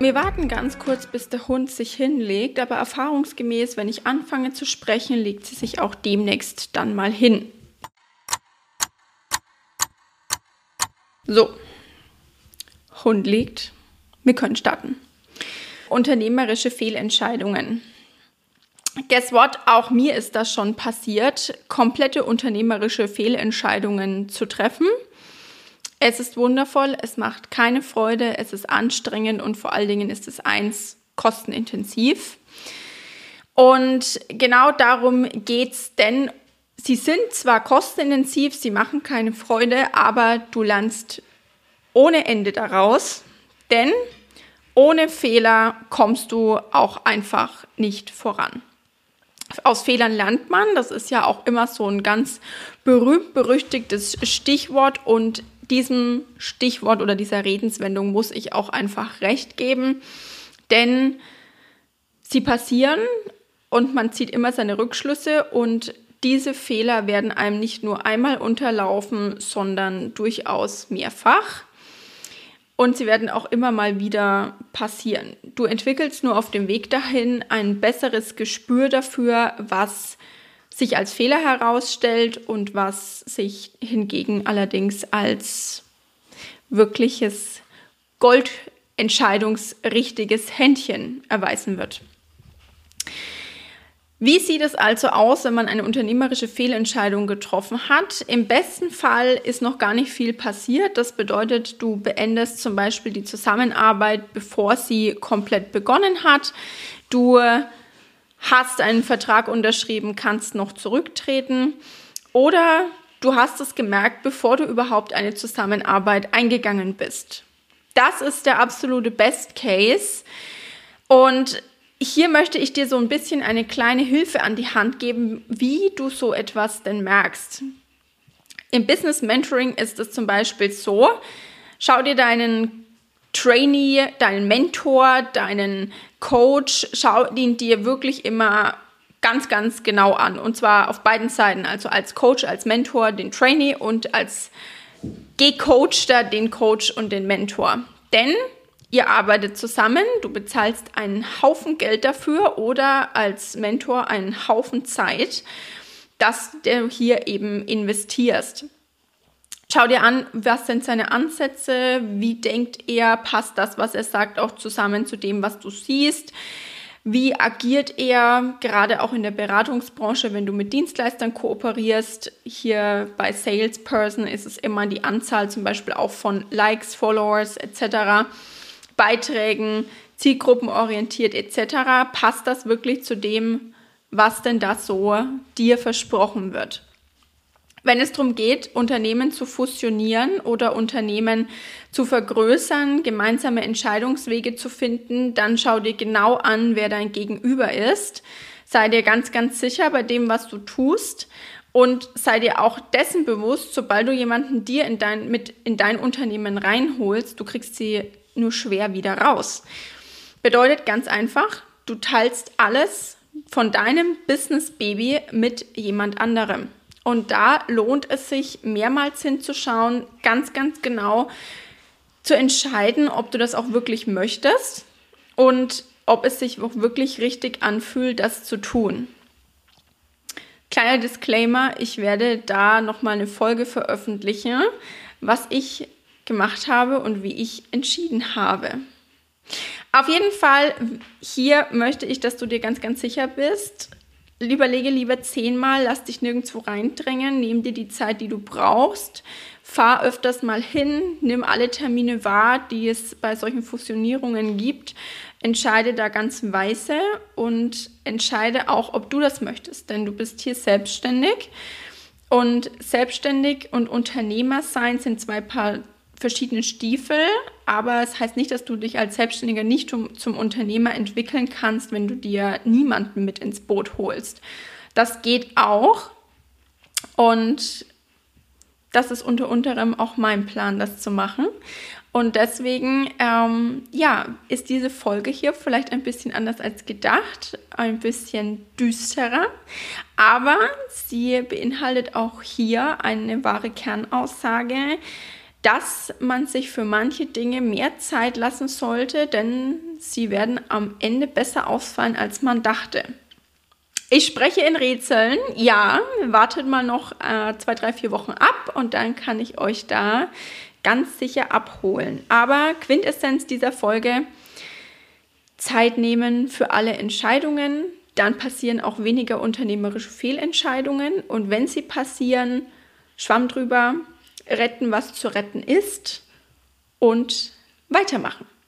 Wir warten ganz kurz, bis der Hund sich hinlegt, aber erfahrungsgemäß, wenn ich anfange zu sprechen, legt sie sich auch demnächst dann mal hin. So, Hund liegt, wir können starten. Unternehmerische Fehlentscheidungen. Guess what? Auch mir ist das schon passiert, komplette unternehmerische Fehlentscheidungen zu treffen. Es ist wundervoll, es macht keine Freude, es ist anstrengend und vor allen Dingen ist es kostenintensiv. Und genau darum geht's, denn sie sind zwar kostenintensiv, sie machen keine Freude, aber du lernst ohne Ende daraus, denn ohne Fehler kommst du auch einfach nicht voran. Aus Fehlern lernt man, das ist ja auch immer so ein ganz berühmt-berüchtigtes Stichwort und diesem Stichwort oder dieser Redenswendung muss ich auch einfach recht geben, denn sie passieren und man zieht immer seine Rückschlüsse und diese Fehler werden einem nicht nur einmal unterlaufen, sondern durchaus mehrfach und sie werden auch immer mal wieder passieren. Du entwickelst nur auf dem Weg dahin ein besseres Gespür dafür, was sich als Fehler herausstellt und was sich hingegen allerdings als wirkliches goldentscheidungsrichtiges Händchen erweisen wird. Wie sieht es also aus, wenn man eine unternehmerische Fehlentscheidung getroffen hat? Im besten Fall ist noch gar nicht viel passiert. Das bedeutet, du beendest zum Beispiel die Zusammenarbeit, bevor sie komplett begonnen hat. Du hast einen Vertrag unterschrieben, kannst noch zurücktreten oder du hast es gemerkt, bevor du überhaupt eine Zusammenarbeit eingegangen bist. Das ist der absolute Best Case und hier möchte ich dir so ein bisschen eine kleine Hilfe an die Hand geben, wie du so etwas denn merkst. Im Business Mentoring ist es zum Beispiel so, schau dir deinen Trainee, deinen Mentor, deinen Coach, schau ihn dir wirklich immer ganz, ganz genau an. Und zwar auf beiden Seiten, also als Coach, als Mentor, den Trainee und als Gecoachter, den Coach und den Mentor. Denn ihr arbeitet zusammen, du bezahlst einen Haufen Geld dafür oder als Mentor einen Haufen Zeit, dass du hier eben investierst. Schau dir an, was sind seine Ansätze, wie denkt er, passt das, was er sagt, auch zusammen zu dem, was du siehst. Wie agiert er, gerade auch in der Beratungsbranche, wenn du mit Dienstleistern kooperierst. Hier bei Salesperson ist es immer die Anzahl zum Beispiel auch von Likes, Followers etc., Beiträgen, zielgruppenorientiert etc. Passt das wirklich zu dem, was denn da so dir versprochen wird? Wenn es darum geht, Unternehmen zu fusionieren oder Unternehmen zu vergrößern, gemeinsame Entscheidungswege zu finden, dann schau dir genau an, wer dein Gegenüber ist. Sei dir ganz, ganz sicher bei dem, was du tust und sei dir auch dessen bewusst, sobald du jemanden dir in dein Unternehmen reinholst, du kriegst sie nur schwer wieder raus. Bedeutet ganz einfach, du teilst alles von deinem Business-Baby mit jemand anderem. Und da lohnt es sich, mehrmals hinzuschauen, ganz, ganz genau zu entscheiden, ob du das auch wirklich möchtest und ob es sich auch wirklich richtig anfühlt, das zu tun. Kleiner Disclaimer, ich werde da nochmal eine Folge veröffentlichen, was ich gemacht habe und wie ich entschieden habe. Auf jeden Fall, hier möchte ich, dass du dir ganz, ganz sicher bist. Überlege lieber 10-mal, lass dich nirgendwo reindrängen, nimm dir die Zeit, die du brauchst, fahr öfters mal hin, nimm alle Termine wahr, die es bei solchen Fusionierungen gibt, entscheide da ganz weise und entscheide auch, ob du das möchtest, denn du bist hier selbstständig und selbstständig und Unternehmer sein sind zwei Paar verschiedene Stiefel, aber es heißt nicht, dass du dich als Selbstständiger nicht zum Unternehmer entwickeln kannst, wenn du dir niemanden mit ins Boot holst. Das geht auch und das ist unter anderem auch mein Plan, das zu machen. Und deswegen ist diese Folge hier vielleicht ein bisschen anders als gedacht, ein bisschen düsterer, aber sie beinhaltet auch hier eine wahre Kernaussage, dass man sich für manche Dinge mehr Zeit lassen sollte, denn sie werden am Ende besser ausfallen, als man dachte. Ich spreche in Rätseln. Ja, wartet mal noch 2, 3, 4 Wochen ab und dann kann ich euch da ganz sicher abholen. Aber Quintessenz dieser Folge: Zeit nehmen für alle Entscheidungen. Dann passieren auch weniger unternehmerische Fehlentscheidungen. Und wenn sie passieren, Schwamm drüber, retten, was zu retten ist und weitermachen.